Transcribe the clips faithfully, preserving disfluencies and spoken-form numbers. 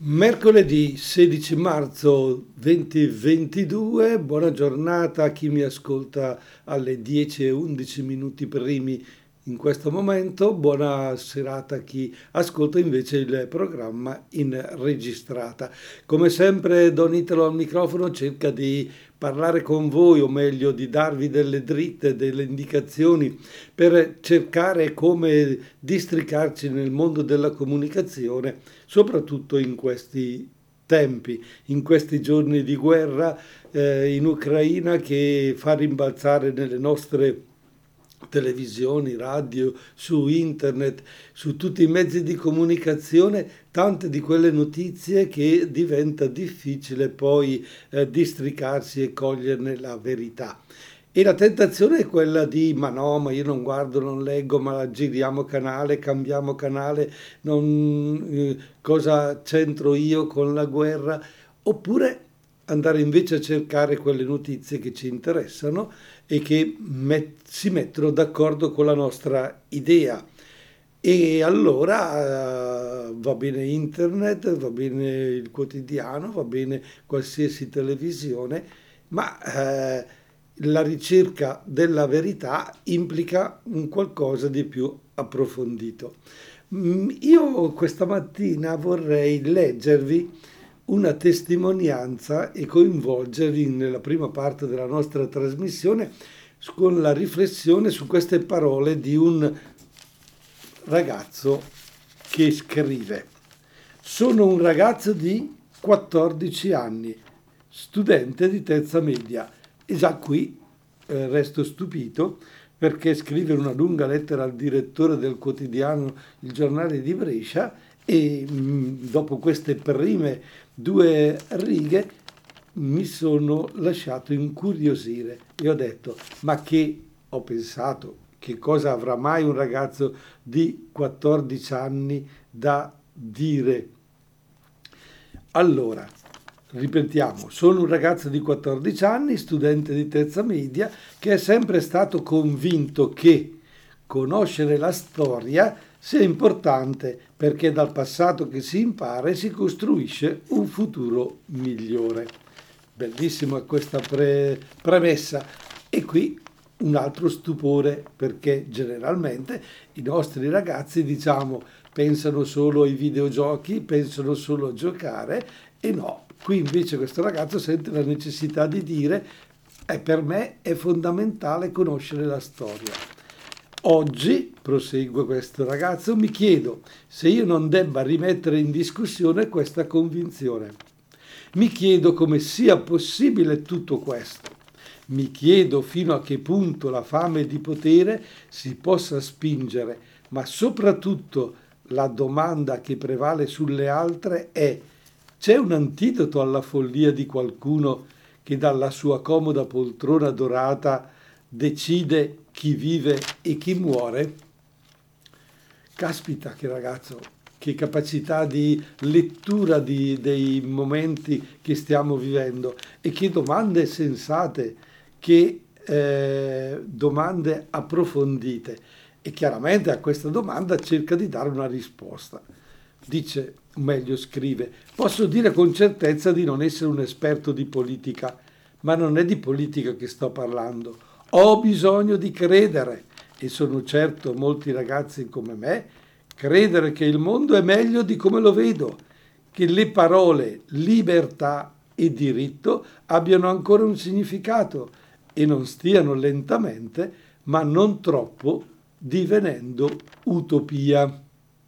Mercoledì sedici marzo duemilaventidue, buona giornata a chi mi ascolta alle dieci e undici minuti primi in questo momento, buona serata a chi ascolta invece il programma in registrata. Come sempre Don Italo al microfono cerca di parlare con voi, o meglio di darvi delle dritte, delle indicazioni per cercare come districarci nel mondo della comunicazione, soprattutto in questi tempi, in questi giorni di guerra eh, in Ucraina che fa rimbalzare nelle nostre televisioni, radio, su internet, su tutti i mezzi di comunicazione, tante di quelle notizie che diventa difficile poi eh, districarsi e coglierne la verità. E la tentazione è quella di, ma no, ma io non guardo, non leggo, ma giriamo canale, cambiamo canale, non, eh, cosa c'entro io con la guerra? Oppure andare invece a cercare quelle notizie che ci interessano e che met- si mettono d'accordo con la nostra idea. E allora eh, va bene internet, va bene il quotidiano, va bene qualsiasi televisione, ma eh, la ricerca della verità implica un qualcosa di più approfondito. Mm, Io questa mattina vorrei leggervi una testimonianza e coinvolgervi nella prima parte della nostra trasmissione con la riflessione su queste parole di un ragazzo che scrive: sono un ragazzo di quattordici anni, studente di terza media. E già qui eh, resto stupito perché scrive una lunga lettera al direttore del quotidiano Il Giornale di Brescia e mh, dopo queste prime due righe mi sono lasciato incuriosire e ho detto, ma che ho pensato, che cosa avrà mai un ragazzo di quattordici anni da dire? Allora, ripetiamo, sono un ragazzo di quattordici anni, studente di terza media, che è sempre stato convinto che conoscere la storia sia importante perché dal passato che si impara e si costruisce un futuro migliore. Bellissima questa pre- premessa. E qui un altro stupore perché generalmente i nostri ragazzi, diciamo, pensano solo ai videogiochi, pensano solo a giocare e no, qui invece questo ragazzo sente la necessità di dire e per me è fondamentale conoscere la storia. Oggi, prosegue questo ragazzo, mi chiedo se io non debba rimettere in discussione questa convinzione. Mi chiedo come sia possibile tutto questo. Mi chiedo fino a che punto la fame di potere si possa spingere, ma soprattutto la domanda che prevale sulle altre è: c'è un antidoto alla follia di qualcuno che dalla sua comoda poltrona dorata decide chi vive e chi muore? Caspita, che ragazzo, che capacità di lettura di- dei momenti che stiamo vivendo e che domande sensate, che eh, domande approfondite. E chiaramente a questa domanda cerca di dare una risposta. Dice, o meglio scrive, posso dire con certezza di non essere un esperto di politica, ma non è di politica che sto parlando. Ho bisogno di credere e sono certo molti ragazzi come me, credere che il mondo è meglio di come lo vedo, che le parole libertà e diritto abbiano ancora un significato e non stiano lentamente, ma non troppo, divenendo utopia.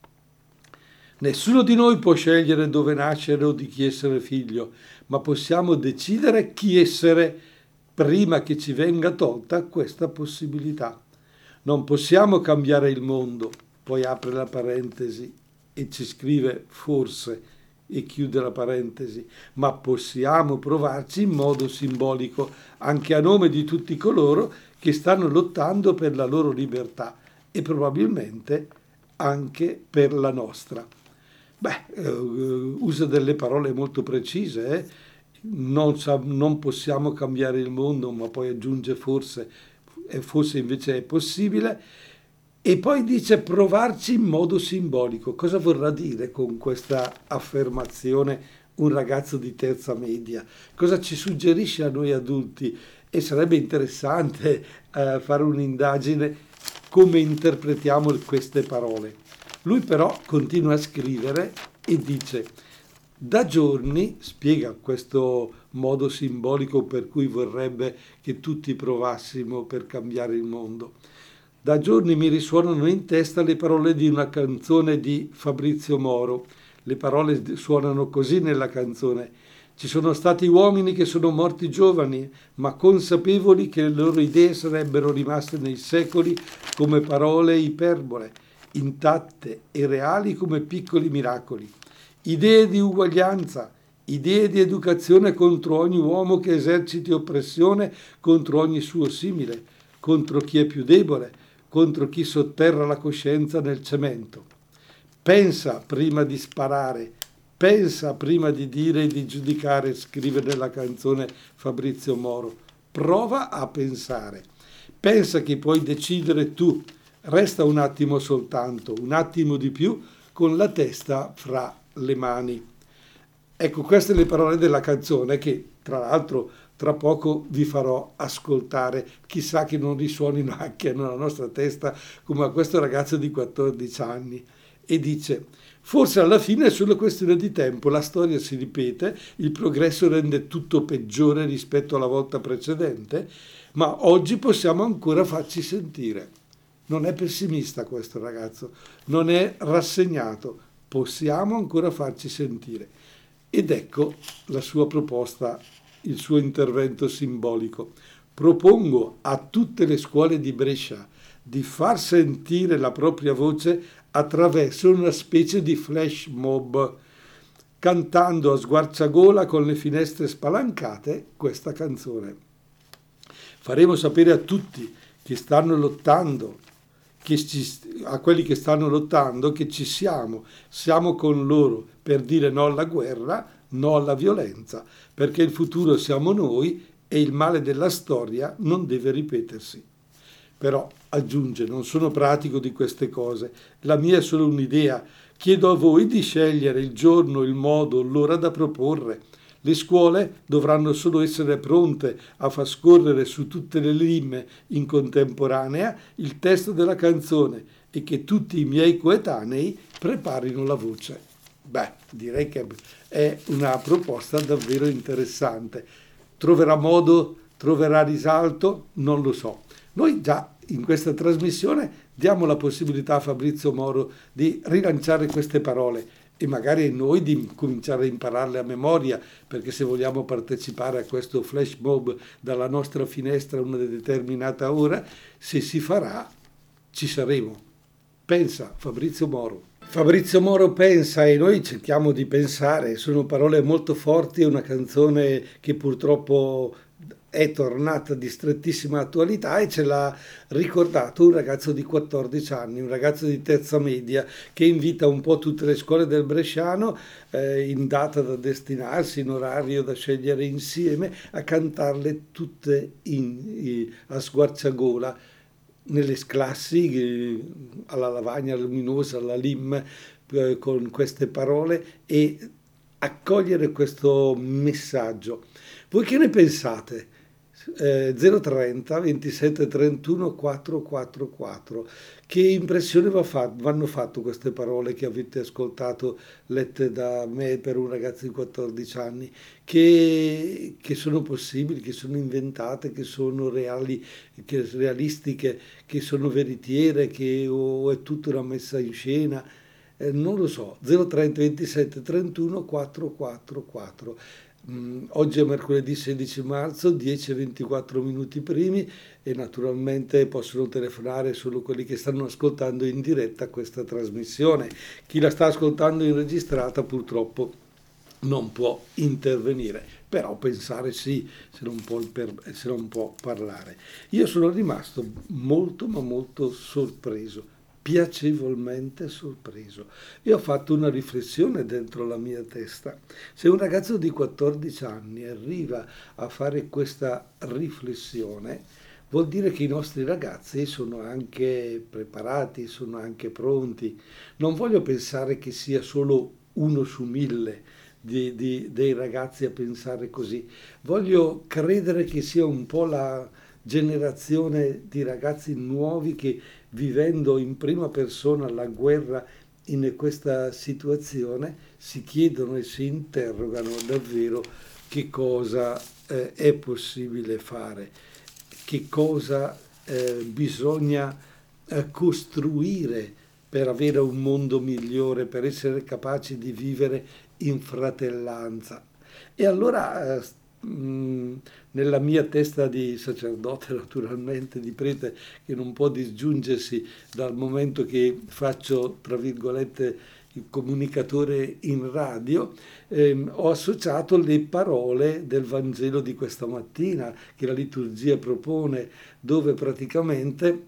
Nessuno di noi può scegliere dove nascere o di chi essere figlio, ma possiamo decidere chi essere prima che ci venga tolta questa possibilità. Non possiamo cambiare il mondo, poi apre la parentesi e ci scrive forse e chiude la parentesi, ma possiamo provarci in modo simbolico, anche a nome di tutti coloro che stanno lottando per la loro libertà e probabilmente anche per la nostra. Beh, eh, usa delle parole molto precise, eh? Non, sa- non possiamo cambiare il mondo, ma poi aggiunge forse, e forse invece è possibile. E poi dice provarci in modo simbolico. Cosa vorrà dire con questa affermazione un ragazzo di terza media? Cosa ci suggerisce a noi adulti? E sarebbe interessante eh, fare un'indagine come interpretiamo queste parole. Lui però continua a scrivere e dice: da giorni, spiega questo modo simbolico per cui vorrebbe che tutti provassimo per cambiare il mondo. Da giorni mi risuonano in testa le parole di una canzone di Fabrizio Moro. Le parole suonano così nella canzone: ci sono stati uomini che sono morti giovani, ma consapevoli che le loro idee sarebbero rimaste nei secoli come parole iperbole, intatte e reali come piccoli miracoli. Idee di uguaglianza, idee di educazione contro ogni uomo che eserciti oppressione contro ogni suo simile, contro chi è più debole, contro chi sotterra la coscienza nel cemento. Pensa prima di sparare, pensa prima di dire e di giudicare, scrive nella canzone Fabrizio Moro. Prova a pensare. Pensa che puoi decidere tu. Resta un attimo soltanto, un attimo di più, con la testa fra le mani. Ecco, queste le parole della canzone che, tra l'altro, tra poco vi farò ascoltare. Chissà che non risuonino anche nella nostra testa come a questo ragazzo di quattordici anni. E dice: forse alla fine è solo questione di tempo, la storia si ripete, il progresso rende tutto peggiore rispetto alla volta precedente, ma oggi possiamo ancora farci sentire. Non è pessimista questo ragazzo, non è rassegnato, possiamo ancora farci sentire. Ed ecco la sua proposta, il suo intervento simbolico. Propongo a tutte le scuole di Brescia di far sentire la propria voce attraverso una specie di flash mob, cantando a squarciagola con le finestre spalancate questa canzone. Faremo sapere a tutti che stanno lottando, che ci, a quelli che stanno lottando, che ci siamo, siamo con loro per dire no alla guerra, no alla violenza, perché il futuro siamo noi e il male della storia non deve ripetersi. Però, aggiunge, non sono pratico di queste cose, la mia è solo un'idea, chiedo a voi di scegliere il giorno, il modo, l'ora da proporre. Le scuole dovranno solo essere pronte a far scorrere su tutte le lime in contemporanea il testo della canzone e che tutti i miei coetanei preparino la voce. Beh, direi che è una proposta davvero interessante. Troverà modo, troverà risalto? Non lo so. Noi già in questa trasmissione diamo la possibilità a Fabrizio Moro di rilanciare queste parole e magari noi di cominciare a impararle a memoria, perché se vogliamo partecipare a questo flash mob dalla nostra finestra a una determinata ora, se si farà, ci saremo. Pensa Fabrizio Moro. Fabrizio Moro pensa e noi cerchiamo di pensare, sono parole molto forti, è una canzone che purtroppo è tornata di strettissima attualità e ce l'ha ricordato un ragazzo di quattordici anni, un ragazzo di terza media che invita un po' tutte le scuole del Bresciano eh, in data da destinarsi, in orario da scegliere insieme, a cantarle tutte in, in, a squarciagola nelle classi, eh, alla lavagna luminosa, alla lim, eh, con queste parole e accogliere questo messaggio. Voi che ne pensate? Eh, zero trenta ventisette trentuno quattrocentoquarantaquattro. Che impressione va fat- vanno fatto queste parole che avete ascoltato lette da me per un ragazzo di quattordici anni, che, che sono possibili, che sono inventate, che sono reali, che realistiche, che sono veritiere, che o è tutta una messa in scena? Eh, non lo so. zero trenta ventisette trentuno quattrocentoquarantaquattro. Mm, oggi è mercoledì sedici marzo, dieci e ventiquattro minuti primi e naturalmente possono telefonare solo quelli che stanno ascoltando in diretta questa trasmissione. Chi la sta ascoltando in registrata purtroppo non può intervenire, però pensare sì, se non può, se non può parlare. Io sono rimasto molto ma molto sorpreso, piacevolmente sorpreso, e ho fatto una riflessione dentro la mia testa. Se un ragazzo di quattordici anni arriva a fare questa riflessione, vuol dire che i nostri ragazzi sono anche preparati, sono anche pronti. Non voglio pensare che sia solo uno su mille di- di- dei ragazzi a pensare così. Voglio credere che sia un po' la generazione di ragazzi nuovi che, vivendo in prima persona la guerra in questa situazione, si chiedono e si interrogano davvero che cosa eh, è possibile fare, che cosa eh, bisogna eh, costruire per avere un mondo migliore, per essere capaci di vivere in fratellanza. E allora, eh, mh, nella mia testa di sacerdote, naturalmente, di prete, che non può disgiungersi dal momento che faccio, tra virgolette, il comunicatore in radio, ehm, ho associato le parole del Vangelo di questa mattina che la liturgia propone, dove praticamente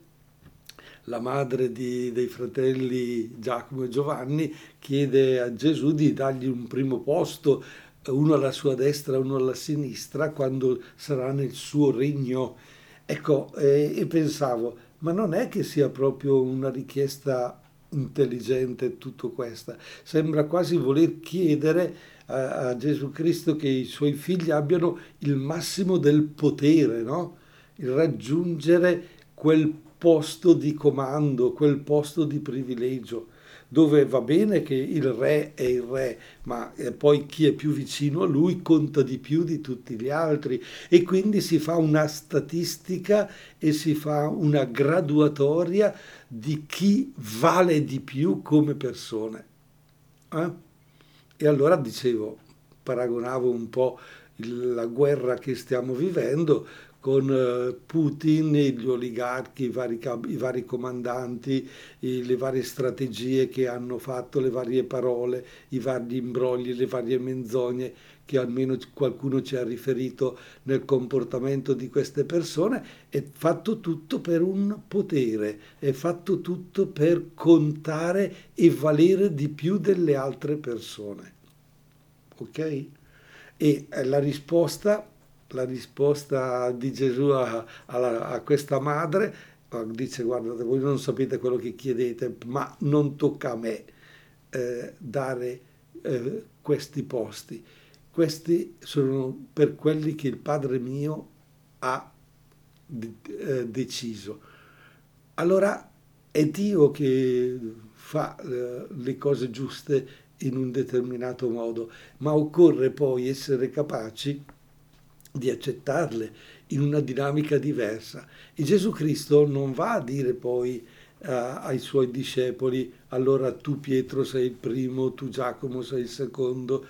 la madre di- dei fratelli Giacomo e Giovanni chiede a Gesù di dargli un primo posto, uno alla sua destra e uno alla sinistra, quando sarà nel suo regno. Ecco, eh, e pensavo, ma non è che sia proprio una richiesta intelligente tutto questa. Sembra quasi voler chiedere a, a Gesù Cristo che i suoi figli abbiano il massimo del potere, no? Il raggiungere quel posto di comando, quel posto di privilegio, dove va bene che il re è il re, ma eh, poi chi è più vicino a lui conta di più di tutti gli altri e quindi si fa una statistica e si fa una graduatoria di chi vale di più come persone. Eh? E allora dicevo, paragonavo un po' il- la guerra che stiamo vivendo con eh, Putin, e gli oligarchi, i vari, cap- i vari comandanti, i- le varie strategie che hanno fatto, le varie parole, i vari imbrogli, le varie menzogne che almeno qualcuno ci ha riferito nel comportamento di queste persone, è fatto tutto per un potere, è fatto tutto per contare e valere di più delle altre persone. Ok? E eh, la risposta, la risposta di Gesù a, alla- a questa madre eh, dice: guardate, voi non sapete quello che chiedete, ma non tocca a me eh, dare eh, questi posti. Questi sono per quelli che il Padre mio ha de- eh, deciso. Allora è Dio che fa eh, le cose giuste in un determinato modo, ma occorre poi essere capaci di accettarle in una dinamica diversa. E Gesù Cristo non va a dire poi eh, ai suoi discepoli: allora tu Pietro sei il primo, tu Giacomo sei il secondo,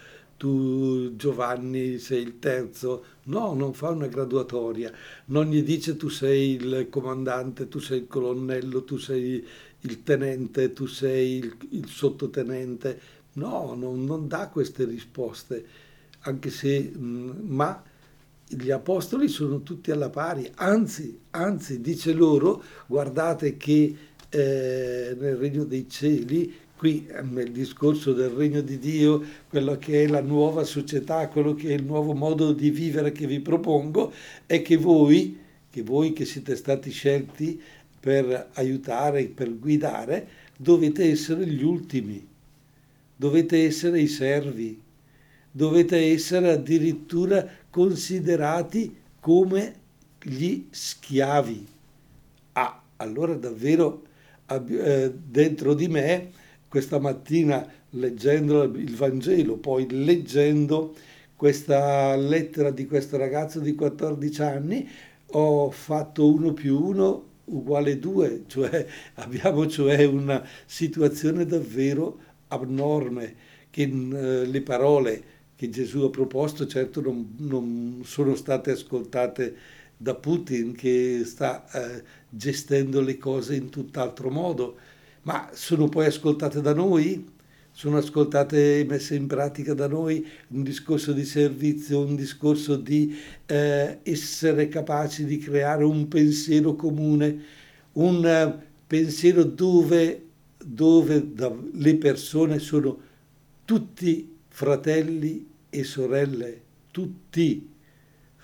tu Giovanni sei il terzo. No, non fa una graduatoria, non gli dice tu sei il comandante, tu sei il colonnello, tu sei il tenente, tu sei il, il sottotenente. No, non, non dà queste risposte, anche se, mh, ma gli apostoli sono tutti alla pari, anzi, anzi, dice loro: guardate che eh, nel regno dei cieli, qui eh, nel discorso del regno di Dio, quello che è la nuova società, quello che è il nuovo modo di vivere che vi propongo, è che voi, che voi che siete stati scelti per aiutare, per guidare, dovete essere gli ultimi, dovete essere i servi, dovete essere addirittura considerati come gli schiavi. Ah, allora davvero abbi- eh, dentro di me, questa mattina leggendo il Vangelo, poi leggendo questa lettera di questo ragazzo di quattordici anni, ho fatto uno più uno uguale due, cioè abbiamo cioè una situazione davvero abnorme, che eh, le parole che Gesù ha proposto certo non, non sono state ascoltate da Putin, che sta eh, gestendo le cose in tutt'altro modo, ma sono poi ascoltate da noi? Sono ascoltate e messe in pratica da noi? Un discorso di servizio, un discorso di eh, essere capaci di creare un pensiero comune, un eh, pensiero dove, dove da- le persone sono tutti fratelli e sorelle, tutti,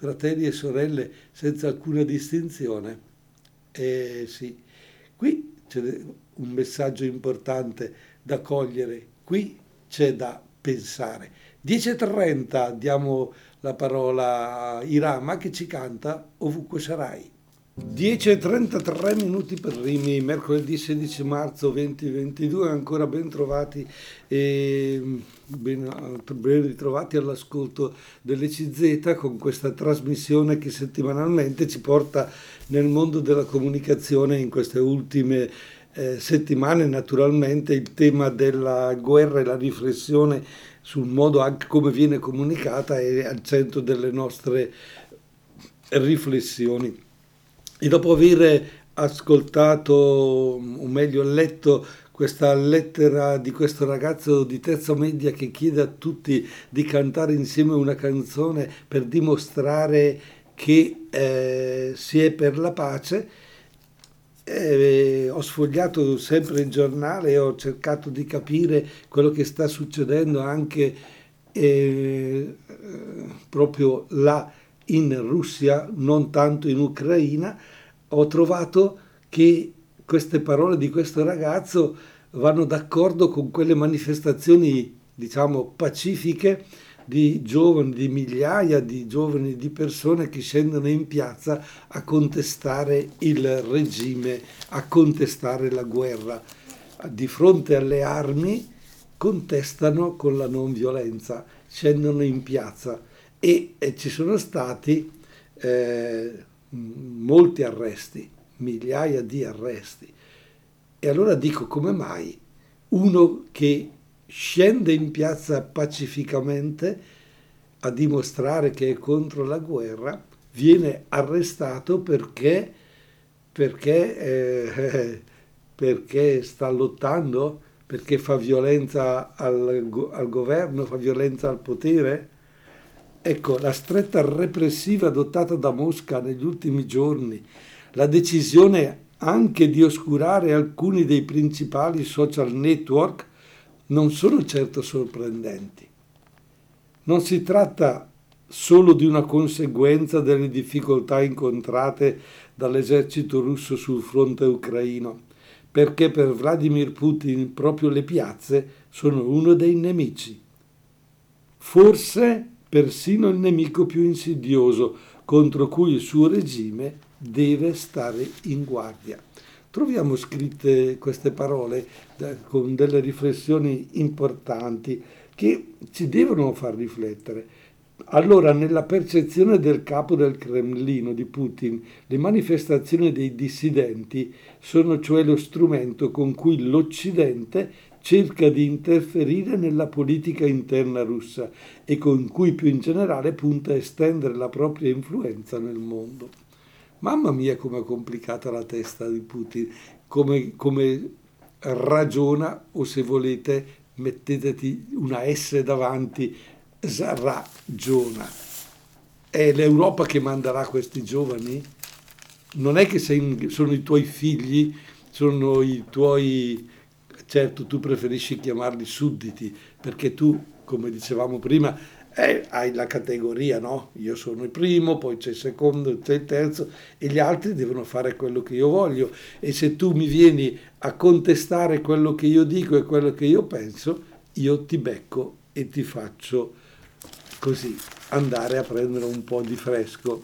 fratelli e sorelle senza alcuna distinzione. Eh sì, qui c'è un messaggio importante da cogliere, qui c'è da pensare. dieci e trenta diamo la parola a Irama che ci canta Ovunque sarai. dieci e trentatré minuti per Rimini, mercoledì sedici marzo duemilaventidue, ancora ben trovati e ben, ben ritrovati all'ascolto dell'E C Z con questa trasmissione che settimanalmente ci porta nel mondo della comunicazione in queste ultime eh, settimane. Naturalmente il tema della guerra e la riflessione sul modo anche come viene comunicata è al centro delle nostre riflessioni. E dopo aver ascoltato, o meglio letto, questa lettera di questo ragazzo di terza media che chiede a tutti di cantare insieme una canzone per dimostrare che eh, si è per la pace, eh, ho sfogliato sempre il giornale e ho cercato di capire quello che sta succedendo anche eh, proprio là in Russia, non tanto in Ucraina. Ho trovato che queste parole di questo ragazzo vanno d'accordo con quelle manifestazioni, diciamo, pacifiche di giovani, di migliaia di giovani, di persone che scendono in piazza a contestare il regime, a contestare la guerra. Di fronte alle armi contestano con la non violenza, scendono in piazza. E, e ci sono stati eh, molti arresti, migliaia di arresti. E allora dico, come mai uno che scende in piazza pacificamente a dimostrare che è contro la guerra viene arrestato perché, perché, eh, perché sta lottando, perché fa violenza al, al governo, fa violenza al potere? Ecco, la stretta repressiva adottata da Mosca negli ultimi giorni, la decisione anche di oscurare alcuni dei principali social network non sono certo sorprendenti. Non si tratta solo di una conseguenza delle difficoltà incontrate dall'esercito russo sul fronte ucraino, perché per Vladimir Putin proprio le piazze sono uno dei nemici. Forse persino il nemico più insidioso contro cui il suo regime deve stare in guardia. Troviamo scritte queste parole con delle riflessioni importanti che ci devono far riflettere. Allora, nella percezione del capo del Cremlino, di Putin, le manifestazioni dei dissidenti sono cioè lo strumento con cui l'Occidente cerca di interferire nella politica interna russa e con cui più in generale punta a estendere la propria influenza nel mondo. Mamma mia come è complicata la testa di Putin, come, come ragiona, o se volete metteteti una S davanti, ragiona. È l'Europa che manderà questi giovani? Non è che sei, sono i tuoi figli, sono i tuoi... Certo, tu preferisci chiamarli sudditi, perché tu, come dicevamo prima, eh, hai la categoria, no? Io sono il primo, poi c'è il secondo, c'è il terzo, e gli altri devono fare quello che io voglio. E se tu mi vieni a contestare quello che io dico e quello che io penso, io ti becco e ti faccio così andare a prendere un po' di fresco.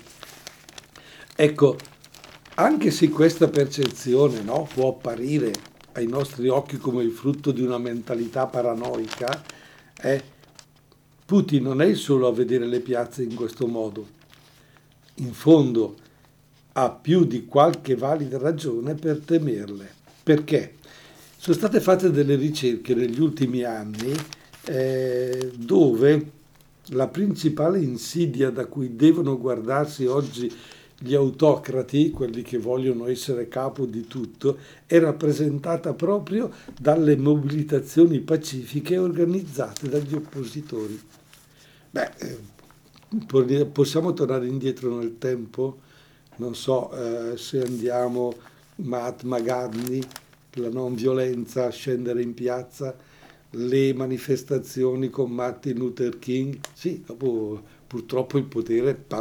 Ecco, anche se questa percezione, no, può apparire ai nostri occhi come il frutto di una mentalità paranoica, eh, Putin non è il solo a vedere le piazze in questo modo. In fondo ha più di qualche valida ragione per temerle. Perché? Sono state fatte delle ricerche negli ultimi anni eh, dove la principale insidia da cui devono guardarsi oggi gli autocrati, quelli che vogliono essere capo di tutto, è rappresentata proprio dalle mobilitazioni pacifiche organizzate dagli oppositori. Beh, possiamo tornare indietro nel tempo? Non so eh, se andiamo Mahatma Gandhi, la non violenza, scendere in piazza, le manifestazioni con Martin Luther King. Sì, dopo purtroppo il potere pam,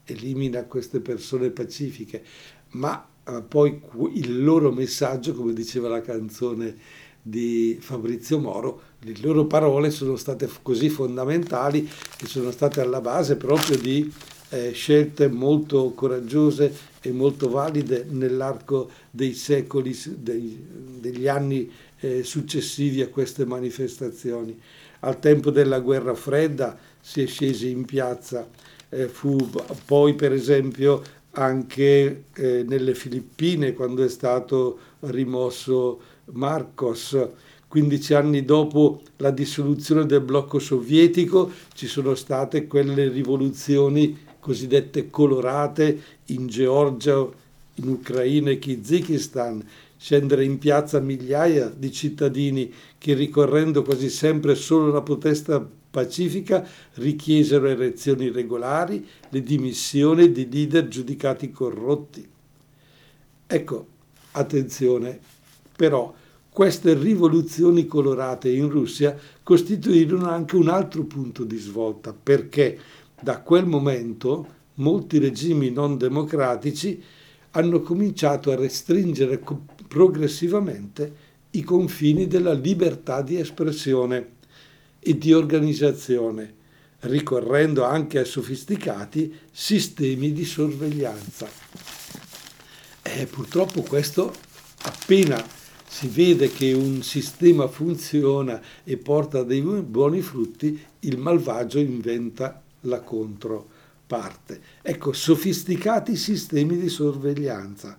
elimina queste persone pacifiche, ma eh, poi il loro messaggio, come diceva la canzone di Fabrizio Moro, le loro parole sono state così fondamentali che sono state alla base proprio di eh, scelte molto coraggiose e molto valide nell'arco dei secoli, dei, degli anni eh, successivi a queste manifestazioni. Al tempo della guerra fredda si è scesi in piazza, eh, fu poi per esempio anche eh, nelle Filippine quando è stato rimosso Marcos. quindici anni dopo la dissoluzione del blocco sovietico ci sono state quelle rivoluzioni cosiddette colorate in Georgia, in Ucraina e Kazakistan, scendere in piazza migliaia di cittadini che, ricorrendo quasi sempre solo la protesta pacifica, richiesero elezioni regolari, le dimissioni di leader giudicati corrotti. Ecco, attenzione, però queste rivoluzioni colorate in Russia costituirono anche un altro punto di svolta, perché da quel momento molti regimi non democratici hanno cominciato a restringere progressivamente i confini della libertà di espressione e di organizzazione, ricorrendo anche a sofisticati sistemi di sorveglianza. E purtroppo questo, appena si vede che un sistema funziona e porta dei buoni frutti, il malvagio inventa la controparte. Ecco, sofisticati sistemi di sorveglianza.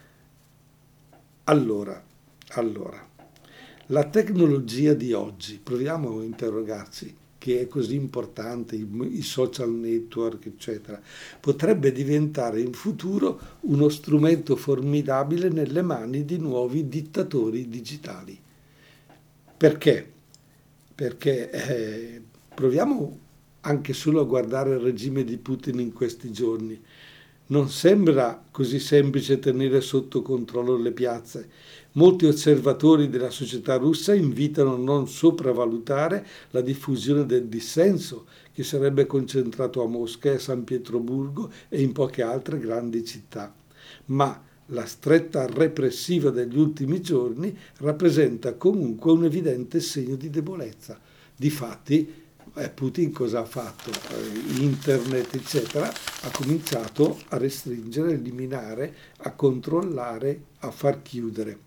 Allora, allora, la tecnologia di oggi, proviamo a interrogarci, che è così importante, i, i social network, eccetera, potrebbe diventare in futuro uno strumento formidabile nelle mani di nuovi dittatori digitali. Perché? Perché eh, proviamo anche solo a guardare il regime di Putin in questi giorni. Non sembra così semplice tenere sotto controllo le piazze. Molti osservatori della società russa invitano a non sopravvalutare la diffusione del dissenso, che sarebbe concentrato a Mosca e a San Pietroburgo e in poche altre grandi città. Ma la stretta repressiva degli ultimi giorni rappresenta comunque un evidente segno di debolezza. Difatti, Putin cosa ha fatto? Internet, eccetera, ha cominciato a restringere, a eliminare, a controllare, a far chiudere.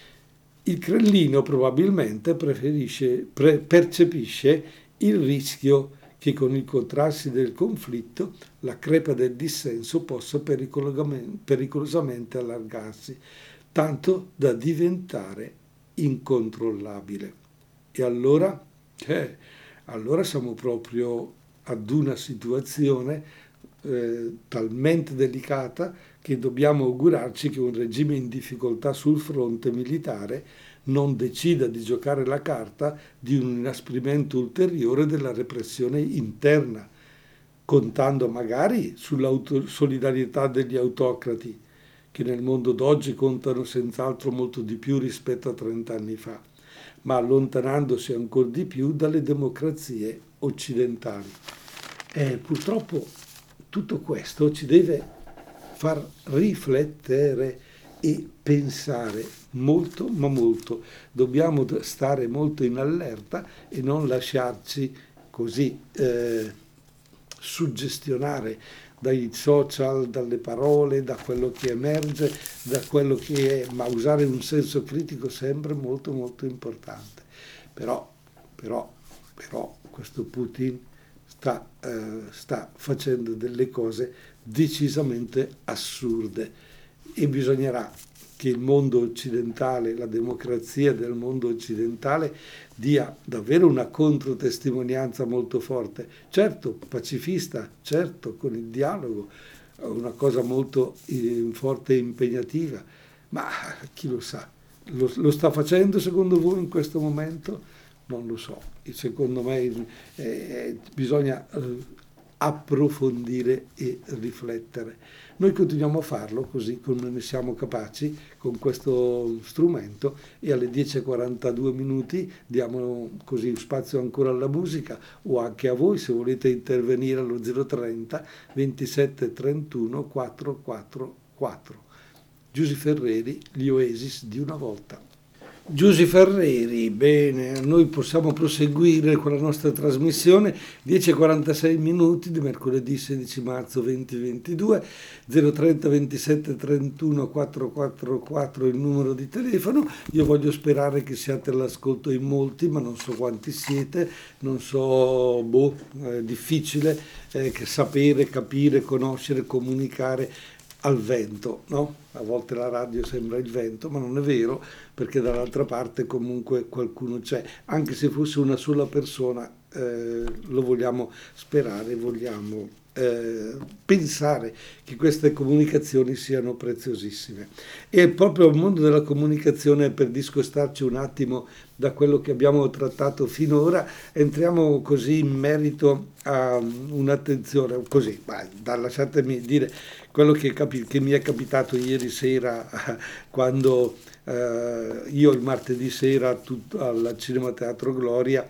Il Cremlino probabilmente preferisce, pre, percepisce il rischio che con il contrarsi del conflitto la crepa del dissenso possa pericolosamente allargarsi, tanto da diventare incontrollabile. E allora? Eh, allora siamo proprio ad una situazione eh, talmente delicata che dobbiamo augurarci che un regime in difficoltà sul fronte militare non decida di giocare la carta di un inasprimento ulteriore della repressione interna, contando magari sulla solidarietà degli autocrati, che nel mondo d'oggi contano senz'altro molto di più rispetto a trent'anni fa, ma allontanandosi ancora di più dalle democrazie occidentali. E purtroppo tutto questo ci deve far riflettere e pensare molto, ma molto. Dobbiamo stare molto in allerta e non lasciarci così eh, suggestionare dai social, dalle parole, da quello che emerge, da quello che è, ma usare un senso critico sempre molto molto importante. Però, però, però questo Putin sta, eh, sta facendo delle cose decisamente assurde e bisognerà che il mondo occidentale, la democrazia del mondo occidentale dia davvero una controtestimonianza molto forte, certo pacifista, certo con il dialogo, una cosa molto eh, forte e impegnativa, ma chi lo sa, lo, lo sta facendo secondo voi in questo momento? Non lo so, secondo me eh, bisogna eh, approfondire e riflettere. Noi continuiamo a farlo così come ne siamo capaci con questo strumento, e alle dieci e quarantadue minuti diamo così spazio ancora alla musica, o anche a voi se volete intervenire allo zero trenta ventisette trentuno quattrocentoquarantaquattro. Giusy Ferreri, gli Oasis di una volta. Giusy Ferreri, bene, noi possiamo proseguire con la nostra trasmissione, dieci e quarantasei minuti di mercoledì sedici marzo duemilaventidue, zero trenta ventisette trentuno quattrocentoquarantaquattro il numero di telefono. Io voglio sperare che siate all'ascolto in molti, ma non so quanti siete, non so, boh, è difficile eh, che sapere, capire, conoscere, comunicare al vento, no? A volte la radio sembra il vento, ma non è vero, perché dall'altra parte comunque qualcuno c'è, anche se fosse una sola persona, eh, lo vogliamo sperare, vogliamo eh, pensare che queste comunicazioni siano preziosissime. E proprio il mondo della comunicazione, per discostarci un attimo da quello che abbiamo trattato finora, entriamo così in merito a un'attenzione, così, ma lasciatemi dire quello che, capi- che mi è capitato ieri sera quando eh, io il martedì sera tut- al Cinema Teatro Gloria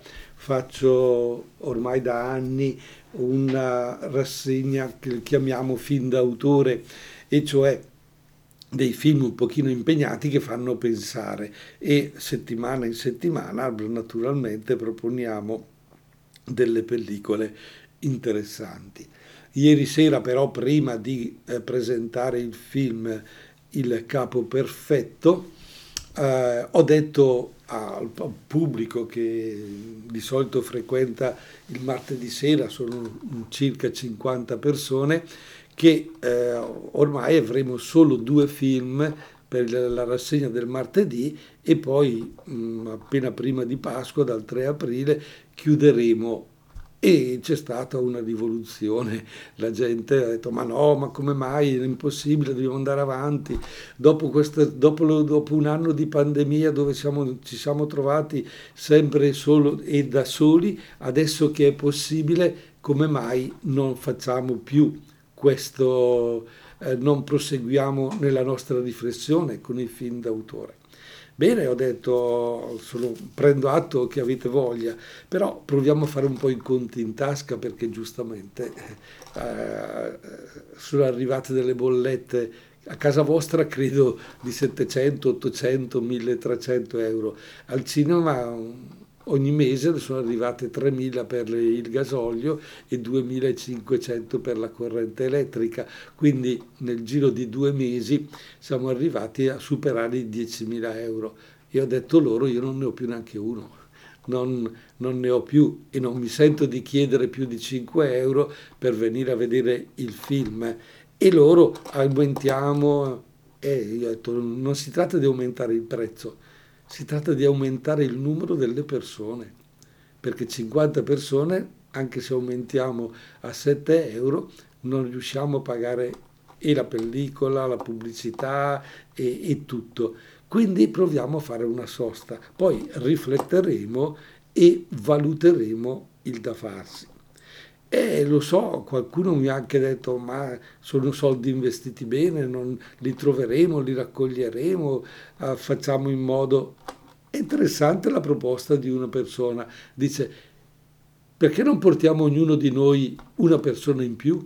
faccio ormai da anni una rassegna che chiamiamo film d'autore, e cioè dei film un pochino impegnati che fanno pensare, e settimana in settimana naturalmente proponiamo delle pellicole interessanti. Ieri sera però, prima di eh, presentare il film Il Capo Perfetto, eh, ho detto al, al pubblico che di solito frequenta il martedì sera, sono circa cinquanta persone, che eh, ormai avremo solo due film per la rassegna del martedì, e poi mh, appena prima di Pasqua, dal tre aprile, chiuderemo. E c'è stata una rivoluzione, la gente ha detto ma no, ma come mai, è impossibile, dobbiamo andare avanti, dopo, questo, dopo, lo, dopo un anno di pandemia dove siamo, ci siamo trovati sempre solo e da soli, adesso che è possibile, come mai non facciamo più questo, eh, non proseguiamo nella nostra riflessione con i film d'autore. Bene, ho detto, sono, prendo atto che avete voglia, però proviamo a fare un po' i conti in tasca, perché giustamente eh, sono arrivate delle bollette a casa vostra, credo di settecento, ottocento, milletrecento euro. Al cinema ogni mese ne sono arrivate tremila per le- il gasolio e duemilacinquecento per la corrente elettrica, quindi nel giro di due mesi siamo arrivati a superare i diecimila euro. E ho detto loro, io non ne ho più neanche uno, non, non ne ho più, e non mi sento di chiedere più di cinque euro per venire a vedere il film. E loro, aumentiamo, e io ho detto, non si tratta di aumentare il prezzo, si tratta di aumentare il numero delle persone, perché cinquanta persone, anche se aumentiamo a sette euro, non riusciamo a pagare e la pellicola, la pubblicità e, e tutto. Quindi proviamo a fare una sosta, poi rifletteremo e valuteremo il da farsi. E lo so, qualcuno mi ha anche detto, ma sono soldi investiti bene, non li troveremo, li raccoglieremo, eh, facciamo in modo... È interessante la proposta di una persona, dice, perché non portiamo ognuno di noi una persona in più?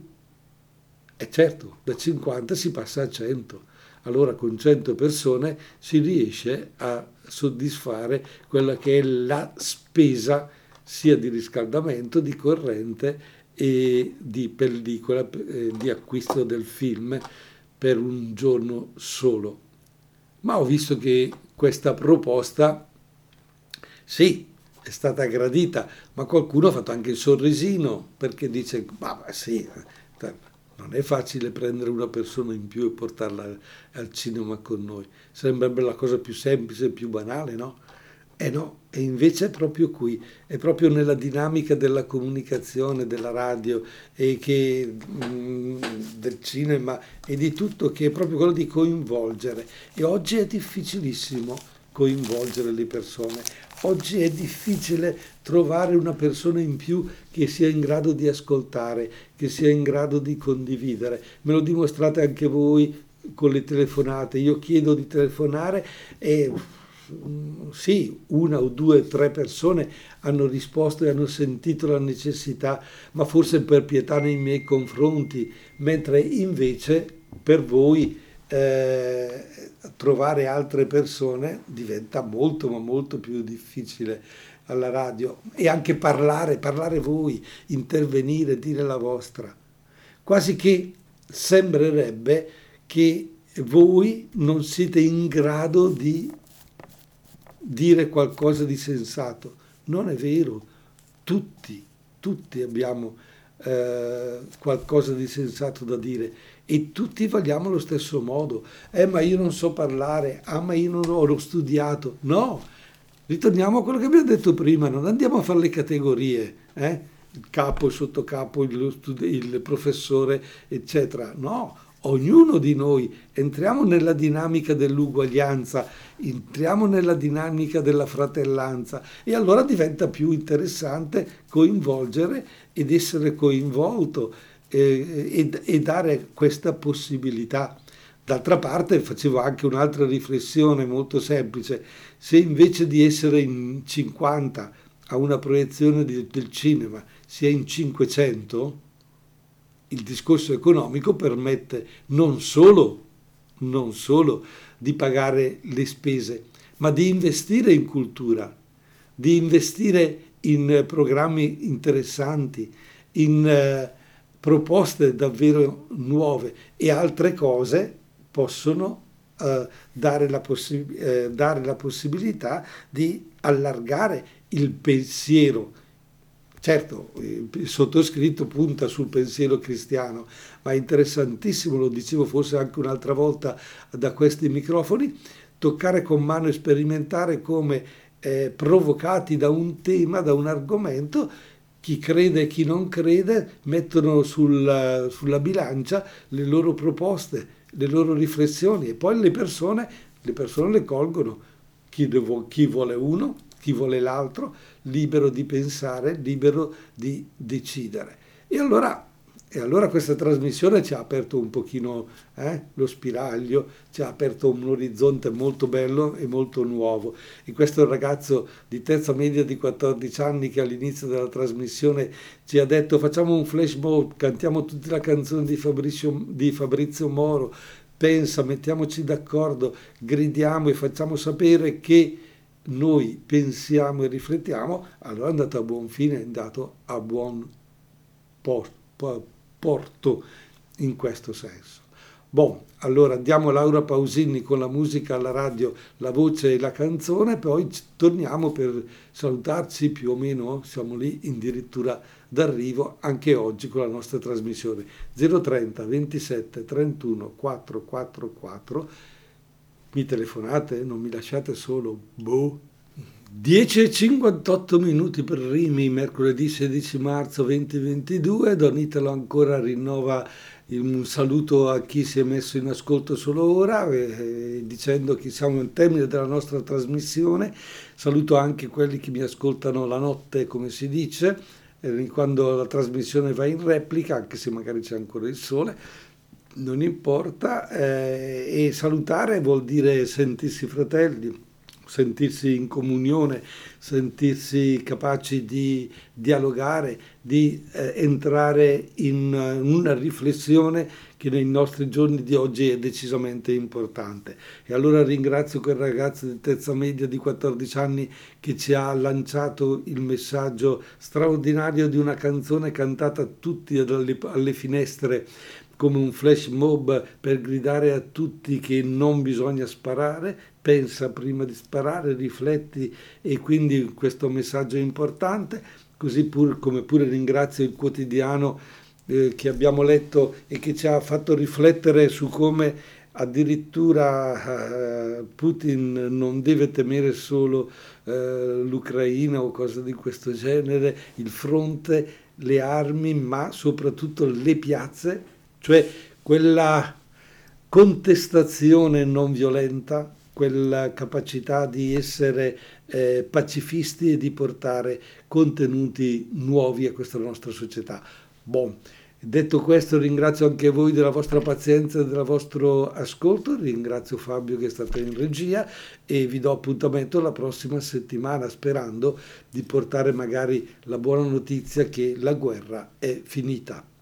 E certo, da cinquanta si passa a cento, allora con cento persone si riesce a soddisfare quella che è la spesa sia di riscaldamento, di corrente e di pellicola, eh, di acquisto del film per un giorno solo. Ma ho visto che questa proposta, sì, è stata gradita, ma qualcuno ha fatto anche il sorrisino, perché dice, ma ma sì, eh, non è facile prendere una persona in più e portarla al cinema con noi. Sembrerebbe la cosa più semplice, più banale, no? E no, e invece è proprio qui, è proprio nella dinamica della comunicazione, della radio e che, mm, del cinema e di tutto, che è proprio quello di coinvolgere. E oggi è difficilissimo coinvolgere le persone. oggi è difficile trovare una persona in più che sia in grado di ascoltare, che sia in grado di condividere. Me lo dimostrate anche voi con le telefonate. Io chiedo di telefonare e mm, sì, una o due o tre persone hanno risposto e hanno sentito la necessità, ma forse per pietà nei miei confronti, mentre invece per voi eh, trovare altre persone diventa molto ma molto più difficile alla radio, e anche parlare, parlare voi, intervenire, dire la vostra. Quasi che sembrerebbe che voi non siete in grado di dire qualcosa di sensato. Non è vero, tutti, tutti abbiamo eh, qualcosa di sensato da dire e tutti vogliamo allo stesso modo. Eh, ma io non so parlare, ah, ma io non ho, l'ho studiato. No, ritorniamo a quello che abbiamo detto prima, non andiamo a fare le categorie, eh? Il capo, il sottocapo, il, stud- il professore, eccetera. No, ognuno di noi entriamo nella dinamica dell'uguaglianza, entriamo nella dinamica della fratellanza e allora diventa più interessante coinvolgere ed essere coinvolto eh, e, e dare questa possibilità. D'altra parte facevo anche un'altra riflessione molto semplice: se invece di essere in cinquanta a una proiezione di- del cinema si è in cinquecento, il discorso economico permette non solo, non solo di pagare le spese, ma di investire in cultura, di investire in eh, programmi interessanti, in eh, proposte davvero nuove, e altre cose possono eh, dare la possi- eh, dare la possibilità di allargare il pensiero. Certo, il sottoscritto punta sul pensiero cristiano, ma è interessantissimo, lo dicevo forse anche un'altra volta da questi microfoni, toccare con mano e sperimentare come eh, provocati da un tema, da un argomento, chi crede e chi non crede mettono sul- sulla bilancia le loro proposte, le loro riflessioni, e poi le persone, le persone le colgono, chi, devo- chi vuole uno, chi vuole l'altro, libero di pensare, libero di decidere. E allora, e allora questa trasmissione ci ha aperto un pochino eh, lo spiraglio, ci ha aperto un orizzonte molto bello e molto nuovo. E questo è un ragazzo di terza media di quattordici anni che all'inizio della trasmissione ci ha detto: facciamo un flash mob, cantiamo tutta la canzone di Fabrizio, di Fabrizio Moro, pensa, mettiamoci d'accordo, gridiamo e facciamo sapere che noi pensiamo e riflettiamo. Allora è andato a buon fine, è andato a buon por- po- porto in questo senso. Bon, allora diamo Laura Pausini con la musica alla radio, la voce e la canzone, poi ci- torniamo per salutarci più o meno, siamo lì addirittura d'arrivo anche oggi con la nostra trasmissione. zero trenta ventisette trentuno quattrocentoquarantaquattro. Mi telefonate, non mi lasciate solo, boh. dieci e cinquantotto minuti per Rimi, mercoledì sedici marzo duemilaventidue. Don Italo ancora rinnova un saluto a chi si è messo in ascolto solo ora, eh, dicendo che siamo al termine della nostra trasmissione. Saluto anche quelli che mi ascoltano la notte, come si dice, eh, quando la trasmissione va in replica, anche se magari c'è ancora il sole. Non importa, eh, e salutare vuol dire sentirsi fratelli, sentirsi in comunione, sentirsi capaci di dialogare, di eh, entrare in eh, una riflessione che nei nostri giorni di oggi è decisamente importante. E allora ringrazio quel ragazzo di terza media di quattordici anni che ci ha lanciato il messaggio straordinario di una canzone cantata a tutti alle, alle finestre, come un flash mob per gridare a tutti che non bisogna sparare, pensa prima di sparare, rifletti, e quindi questo messaggio è importante, così pur, come pure ringrazio il quotidiano eh, che abbiamo letto e che ci ha fatto riflettere su come addirittura eh, Putin non deve temere solo eh, l'Ucraina o cose di questo genere, il fronte, le armi, ma soprattutto le piazze, cioè quella contestazione non violenta, quella capacità di essere eh, pacifisti e di portare contenuti nuovi a questa nostra società. Bon. Detto questo, ringrazio anche voi della vostra pazienza e del vostro ascolto, ringrazio Fabio che è stato in regia e vi do appuntamento la prossima settimana sperando di portare magari la buona notizia che la guerra è finita.